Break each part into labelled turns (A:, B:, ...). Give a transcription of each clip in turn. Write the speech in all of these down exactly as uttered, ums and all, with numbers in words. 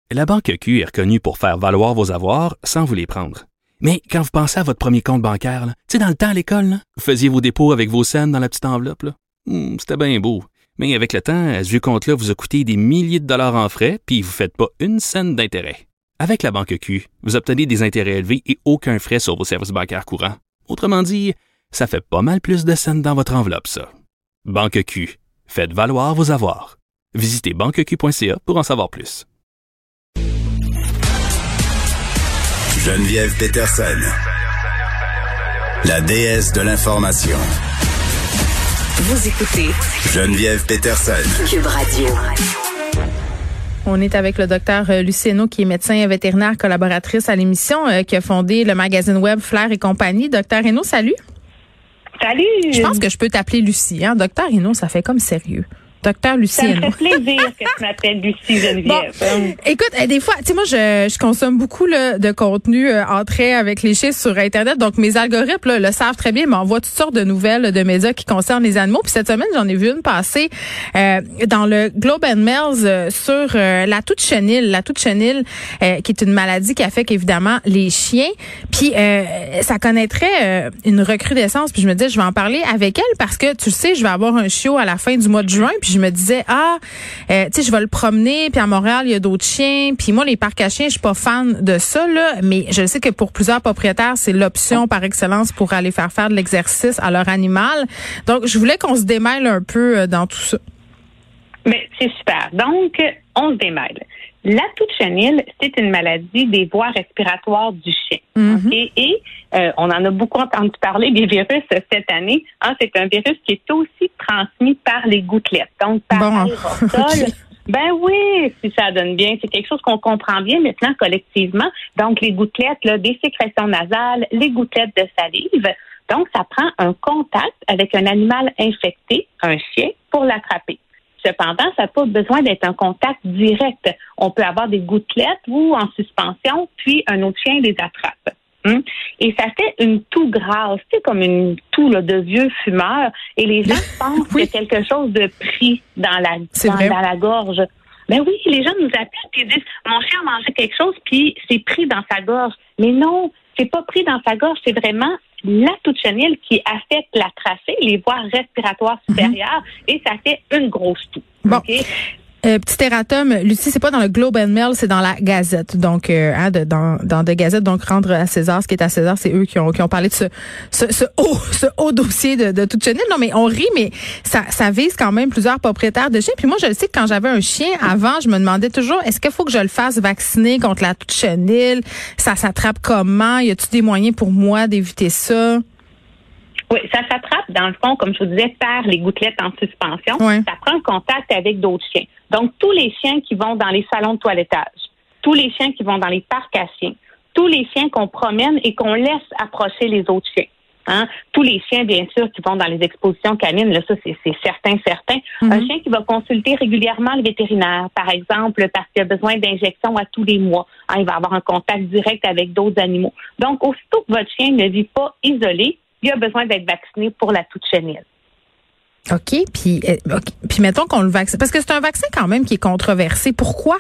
A: La Banque Q est reconnue pour faire valoir vos avoirs sans vous les prendre. Mais quand vous pensez à votre premier compte bancaire, tu sais, dans le temps à l'école, là, vous faisiez vos dépôts avec vos scènes dans la petite enveloppe. Là. Hum, c'était bien beau. Mais avec le temps, à ce vieux compte-là vous a coûté des milliers de dollars en frais, puis vous ne faites pas une scène d'intérêt. Avec la Banque Q, vous obtenez des intérêts élevés et aucun frais sur vos services bancaires courants. Autrement dit, ça fait pas mal plus de scènes dans votre enveloppe, ça. Banque Q. Faites valoir vos avoirs. Visitez banque q point c a pour en savoir plus.
B: Geneviève Peterson, la déesse de l'information.
C: Vous écoutez
B: Geneviève Peterson,
C: Cube Radio.
D: On est avec le docteur Lucie Hainaut, qui est médecin vétérinaire, collaboratrice à l'émission, euh, qui a fondé le magazine web Flair et compagnie. Docteur Hainaut, salut.
E: Salut.
D: Je pense que je peux t'appeler Lucie. Hein? Docteur Hainaut, ça fait comme sérieux. Docteur Lucie
E: Ça me
D: Hainaut.
E: fait plaisir que tu m'appelles Lucie Geneviève.
D: Bon, écoute, des fois, tu sais, moi, je, je consomme beaucoup là, de contenu euh, en trait avec les chiffres sur Internet. Donc, mes algorithmes là, le savent très bien, m'envoient toutes sortes de nouvelles là, de médias qui concernent les animaux. Puis cette semaine, j'en ai vu une passer euh, dans le Globe and Mail euh, sur euh, la toux de chenille. La toux de chenille, euh, qui est une maladie qui affecte évidemment les chiens. Puis, euh, ça connaîtrait euh, une recrudescence. Puis je me disais, je vais en parler avec elle parce que, tu le sais, je vais avoir un chiot à la fin du mois de juin. Puis je me disais, ah, euh, tu sais, je vais le promener, puis à Montréal, il y a d'autres chiens. Puis moi, les parcs à chiens, je suis pas fan de ça, là, mais je sais que pour plusieurs propriétaires, c'est l'option par excellence pour aller faire faire de l'exercice à leur animal. Donc, je voulais qu'on se démêle un peu dans tout ça.
E: Mais c'est super. Donc, on se démêle. La toux de chenille, c'est une maladie des voies respiratoires du chien.
D: Mm-hmm.
E: Okay? Et euh, on en a beaucoup entendu parler des virus cette année. Hein, c'est un virus qui est aussi transmis par les gouttelettes. Donc, par
D: bon,
E: l'aérosol. Okay. Ben oui, si ça donne bien. C'est quelque chose qu'on comprend bien maintenant collectivement. Donc, les gouttelettes, là, des sécrétions nasales, les gouttelettes de salive. Donc, ça prend un contact avec un animal infecté, un chien, pour l'attraper. Cependant, ça n'a pas besoin d'être un contact direct. On peut avoir des gouttelettes ou en suspension, puis un autre chien les attrape. Hum? Et ça fait une toux grasse, c'est comme une toux là, de vieux fumeurs. Et les gens pensent oui. qu'il y a quelque chose de pris dans la, dans, dans la gorge. Ben oui, les gens nous appellent et disent « Mon chien a mangé quelque chose, puis c'est pris dans sa gorge. » Mais non, c'est pas pris dans sa gorge, c'est vraiment la toux de chenille qui affecte la trachée, les voies respiratoires supérieures, mm-hmm. et ça fait une grosse toux.
D: Bon.
E: Okay?
D: Euh, petit erratum, Lucie, c'est pas dans le Globe and Mail, c'est dans la Gazette. Donc, euh, hein, de, dans, dans de Gazette, donc rendre à César ce qui est à César, c'est eux qui ont, qui ont parlé de ce, ce, ce haut, ce haut dossier de, de toux de chenille. Non, mais on rit, mais ça, ça vise quand même plusieurs propriétaires de chiens. Puis moi, je le sais que quand j'avais un chien avant, je me demandais toujours, est-ce qu'il faut que je le fasse vacciner contre la toux de chenille? Ça s'attrape comment? Y a-t-il des moyens pour moi d'éviter ça?
E: Oui, ça s'attrape, dans le fond, comme je vous disais, par les gouttelettes en suspension.
D: Ouais.
E: Ça prend un contact avec d'autres chiens. Donc, tous les chiens qui vont dans les salons de toilettage, tous les chiens qui vont dans les parcs à chiens, tous les chiens qu'on promène et qu'on laisse approcher les autres chiens. Hein? Tous les chiens, bien sûr, qui vont dans les expositions canines, là, ça, c'est, c'est certain, certain. Mm-hmm. Un chien qui va consulter régulièrement le vétérinaire, par exemple, parce qu'il a besoin d'injections à tous les mois. Hein, il va avoir un contact direct avec d'autres animaux. Donc, aussitôt que votre chien ne vit pas isolé, il a besoin d'être vacciné pour la toux de chenille.
D: OK. Puis, euh, okay. Puis mettons qu'on le vaccine. Parce que c'est un vaccin quand même qui est controversé. Pourquoi?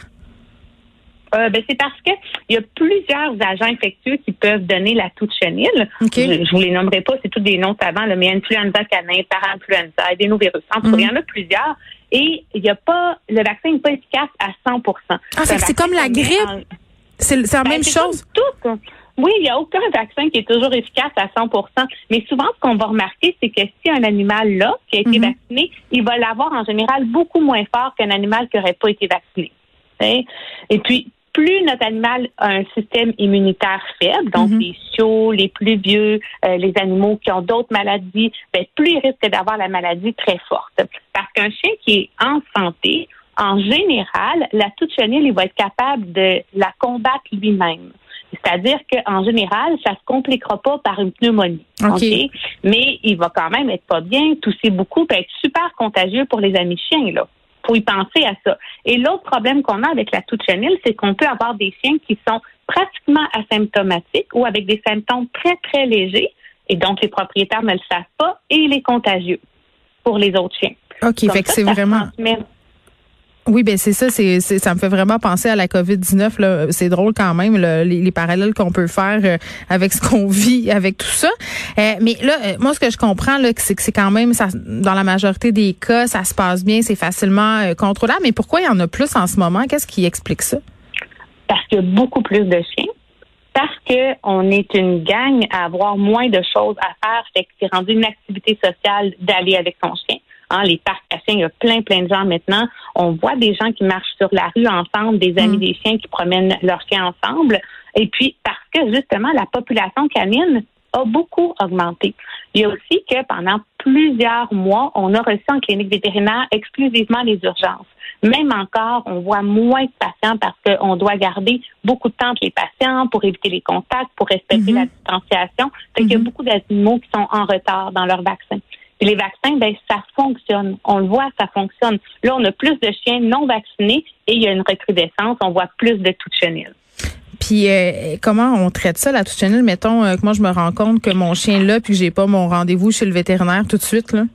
E: Euh, ben, c'est parce que il y a plusieurs agents infectieux qui peuvent donner la toux de chenille.
D: Okay.
E: Je, je vous les nommerai pas, c'est tous des noms savants, là, mais influenza canin, parainfluenza, adénovirus. En tout cas, il y en a plusieurs. Et il y a pas, le vaccin n'est pas efficace à cent pour cent.
D: Ah, c'est, c'est comme la grippe. En, c'est, c'est la ben, même
E: c'est
D: chose.
E: Tout. Oui, il n'y a aucun vaccin qui est toujours efficace à cent pour cent. Mais souvent, ce qu'on va remarquer, c'est que si un animal là, qui a été mm-hmm. vacciné, il va l'avoir en général beaucoup moins fort qu'un animal qui n'aurait pas été vacciné. T'sais? Et puis, plus notre animal a un système immunitaire faible, donc mm-hmm. les chiots, les plus vieux, euh, les animaux qui ont d'autres maladies, ben, plus il risque d'avoir la maladie très forte. Parce qu'un chien qui est en santé, en général, la toux de chenille, il va être capable de la combattre lui-même. C'est-à-dire qu'en général, ça se compliquera pas par une pneumonie.
D: OK.
E: Okay? Mais il va quand même être pas bien, tousser beaucoup, peut être super contagieux pour les amis chiens, là. Faut y penser à ça. Et l'autre problème qu'on a avec la toux de chenille, c'est qu'on peut avoir des chiens qui sont pratiquement asymptomatiques ou avec des symptômes très, très légers. Et donc, les propriétaires ne le savent pas et il est contagieux pour les autres chiens.
D: OK,
E: Comme
D: fait que
E: ça,
D: c'est
E: ça
D: vraiment...
E: transmet...
D: Oui, ben c'est ça, c'est, c'est ça me fait vraiment penser à la covid dix-neuf là, c'est drôle quand même là, les, les parallèles qu'on peut faire euh, avec ce qu'on vit avec tout ça. Euh, mais là euh, moi ce que je comprends là c'est que c'est quand même ça dans la majorité des cas, ça se passe bien, c'est facilement euh, contrôlable, mais pourquoi il y en a plus en ce moment? Qu'est-ce qui explique ça?
E: Parce qu'il y a beaucoup plus de chiens. Parce que on est une gang à avoir moins de choses à faire, fait que c'est rendu une activité sociale d'aller avec son chien. Hein, les parcs à chiens, il y a plein, plein de gens maintenant. On voit des gens qui marchent sur la rue ensemble, des amis mmh. des chiens qui promènent leurs chiens ensemble. Et puis, parce que justement, la population canine a beaucoup augmenté. Il y a aussi que pendant plusieurs mois, on a reçu en clinique vétérinaire exclusivement les urgences. Même encore, on voit moins de patients parce qu'on doit garder beaucoup de temps entre les patients pour éviter les contacts, pour respecter mmh. la distanciation. Fait mmh. qu'il y a beaucoup d'animaux qui sont en retard dans leur vaccin. Puis les vaccins, ben ça fonctionne. On le voit, ça fonctionne. Là, on a plus de chiens non vaccinés et il y a une recrudescence. On voit plus de touches chenilles.
D: Puis euh, comment on traite ça, la touche chenille? Mettons euh, que moi, je me rends compte que mon chien est là puis que j'ai pas mon rendez-vous chez le vétérinaire tout de suite, là.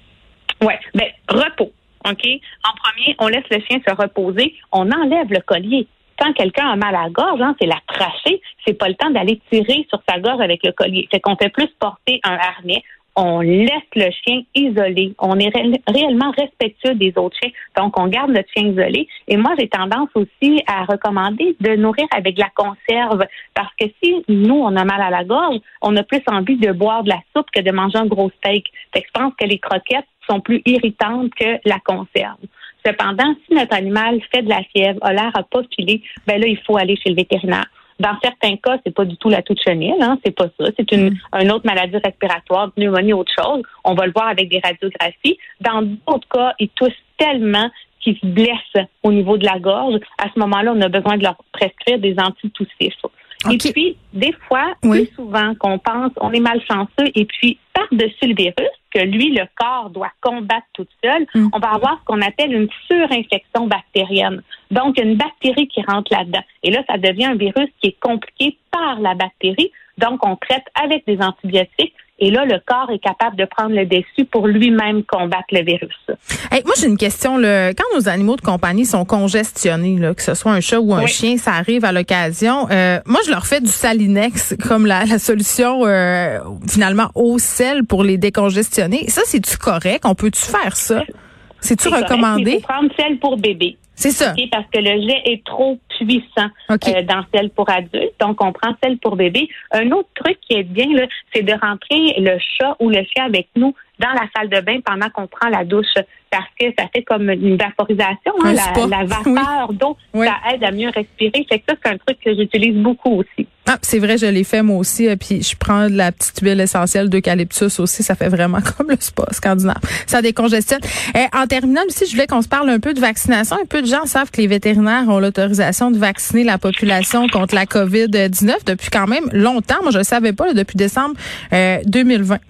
E: Oui. Ben repos. OK? En premier, on laisse le chien se reposer. On enlève le collier. Quand quelqu'un a mal à la gorge, hein, c'est la trachée. C'est pas le temps d'aller tirer sur sa gorge avec le collier. Fait qu'on fait plus porter un harnais. On laisse le chien isolé. On est ré- réellement respectueux des autres chiens. Donc, on garde notre chien isolé. Et moi, j'ai tendance aussi à recommander de nourrir avec de la conserve. Parce que si nous, on a mal à la gorge, on a plus envie de boire de la soupe que de manger un gros steak. Fait que je pense que les croquettes sont plus irritantes que la conserve. Cependant, si notre animal fait de la fièvre, a l'air à pas filer, ben là, il faut aller chez le vétérinaire. Dans certains cas, c'est pas du tout la touche chenille, hein, c'est pas ça. C'est une, mm. une autre maladie respiratoire, pneumonie, autre chose. On va le voir avec des radiographies. Dans d'autres cas, ils toussent tellement qu'ils se blessent au niveau de la gorge. À ce moment-là, on a besoin de leur prescrire des antitoussifs. Okay. Et puis, des fois, oui. plus souvent qu'on pense, on est malchanceux et puis, par-dessus le virus, que lui, le corps doit combattre toute seule, mm. on va avoir ce qu'on appelle une surinfection bactérienne. Donc, une bactérie qui rentre là-dedans. Et là, ça devient un virus qui est compliqué par la bactérie. Donc, on traite avec des antibiotiques. Et là, le corps est capable de prendre le dessus pour lui-même combattre le virus.
D: Hey, moi, j'ai une question. Là. Quand nos animaux de compagnie sont congestionnés, là, que ce soit un chat ou un oui. chien, ça arrive à l'occasion. Euh, moi, je leur fais du Salinex comme la, la solution, euh, finalement, au sel pour les décongestionner. Ça, c'est-tu correct? On peut-tu faire ça? C'est-tu c'est recommandé?
E: Il faut prendre sel pour bébé.
D: C'est ça.
E: Okay, parce que le lait est trop puissant okay. euh, dans celle pour adulte. Donc, on prend celle pour bébé. Un autre truc qui est bien, là, c'est de rentrer le chat ou le chien avec nous dans la salle de bain pendant qu'on prend la douche. Parce que ça fait comme une vaporisation, hein, la, la vapeur oui. d'eau, oui. ça aide à mieux respirer. Fait que ça, c'est un truc que j'utilise beaucoup aussi.
D: Ah, c'est vrai, je l'ai fait moi aussi. Puis je prends de la petite huile essentielle d'eucalyptus aussi. Ça fait vraiment comme le spa scandinave. Ça décongestionne. Euh, en terminant aussi, je voulais qu'on se parle un peu de vaccination. Un peu de gens savent que les vétérinaires ont l'autorisation de vacciner la population contre la covid dix-neuf depuis quand même longtemps. Moi, je ne le savais pas, là, depuis décembre euh, deux mille vingt.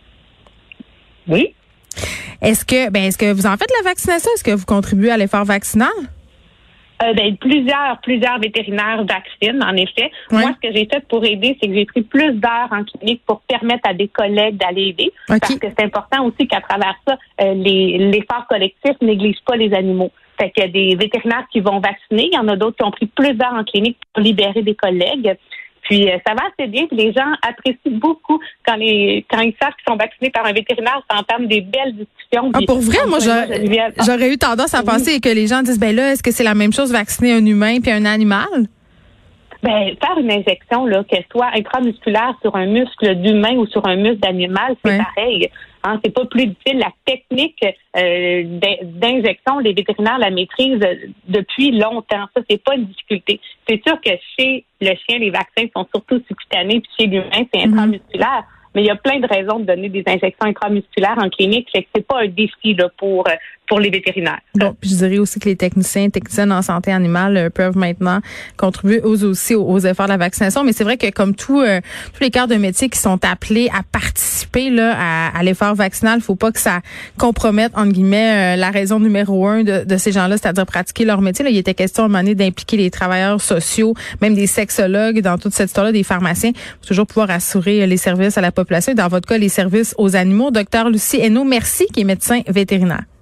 E: Oui.
D: Est-ce que, ben, est-ce que vous en faites la vaccination? Est-ce que vous contribuez à l'effort vaccinal?
E: Euh, ben, plusieurs, plusieurs vétérinaires vaccinent, en effet. Oui. Moi, ce que j'ai fait pour aider, c'est que j'ai pris plus d'heures en clinique pour permettre à des collègues d'aller aider. Okay. Parce que c'est important aussi qu'à travers ça, euh, les, l'effort collectif ne néglige pas les animaux. Fait qu'il y a des vétérinaires qui vont vacciner. Il y en a d'autres qui ont pris plus d'heures en clinique pour libérer des collègues. Puis euh, ça va assez bien. Puis les gens apprécient beaucoup quand les quand ils savent qu'ils sont vaccinés par un vétérinaire, ça entame des belles discussions.
D: Ah, pour vrai, moi j'aurais, j'aurais eu tendance à penser oui. que les gens disent ben là, est-ce que c'est la même chose vacciner un humain puis un animal?
E: Ben faire une injection là, qu'elle soit intramusculaire sur un muscle d'humain ou sur un muscle d'animal, c'est ouais. pareil. Hein, c'est pas plus difficile. La technique euh, d'injection, les vétérinaires la maîtrisent depuis longtemps. Ça, c'est pas une difficulté. C'est sûr que chez le chien, les vaccins sont surtout subcutanés, puis chez l'humain, c'est intramusculaire. Mm-hmm. Mais il y a plein de raisons de donner des injections intramusculaires en clinique. Fait que c'est pas un défi là, pour pour les vétérinaires.
D: Bon, puis je dirais aussi que les techniciens et techniciennes en santé animale euh, peuvent maintenant contribuer eux aussi aux, aux efforts de la vaccination. Mais c'est vrai que comme tout, euh, tous les corps de métier qui sont appelés à participer là à, à l'effort vaccinal, faut pas que ça compromette entre guillemets euh, la raison numéro un de, de ces gens-là, c'est-à-dire pratiquer leur métier. Là, il était question à un moment donné d'impliquer les travailleurs sociaux, même des sexologues dans toute cette histoire-là, des pharmaciens, pour toujours pouvoir assurer les services à la population et dans votre cas les services aux animaux. Docteur Lucie Hainaut, merci, qui est médecin vétérinaire.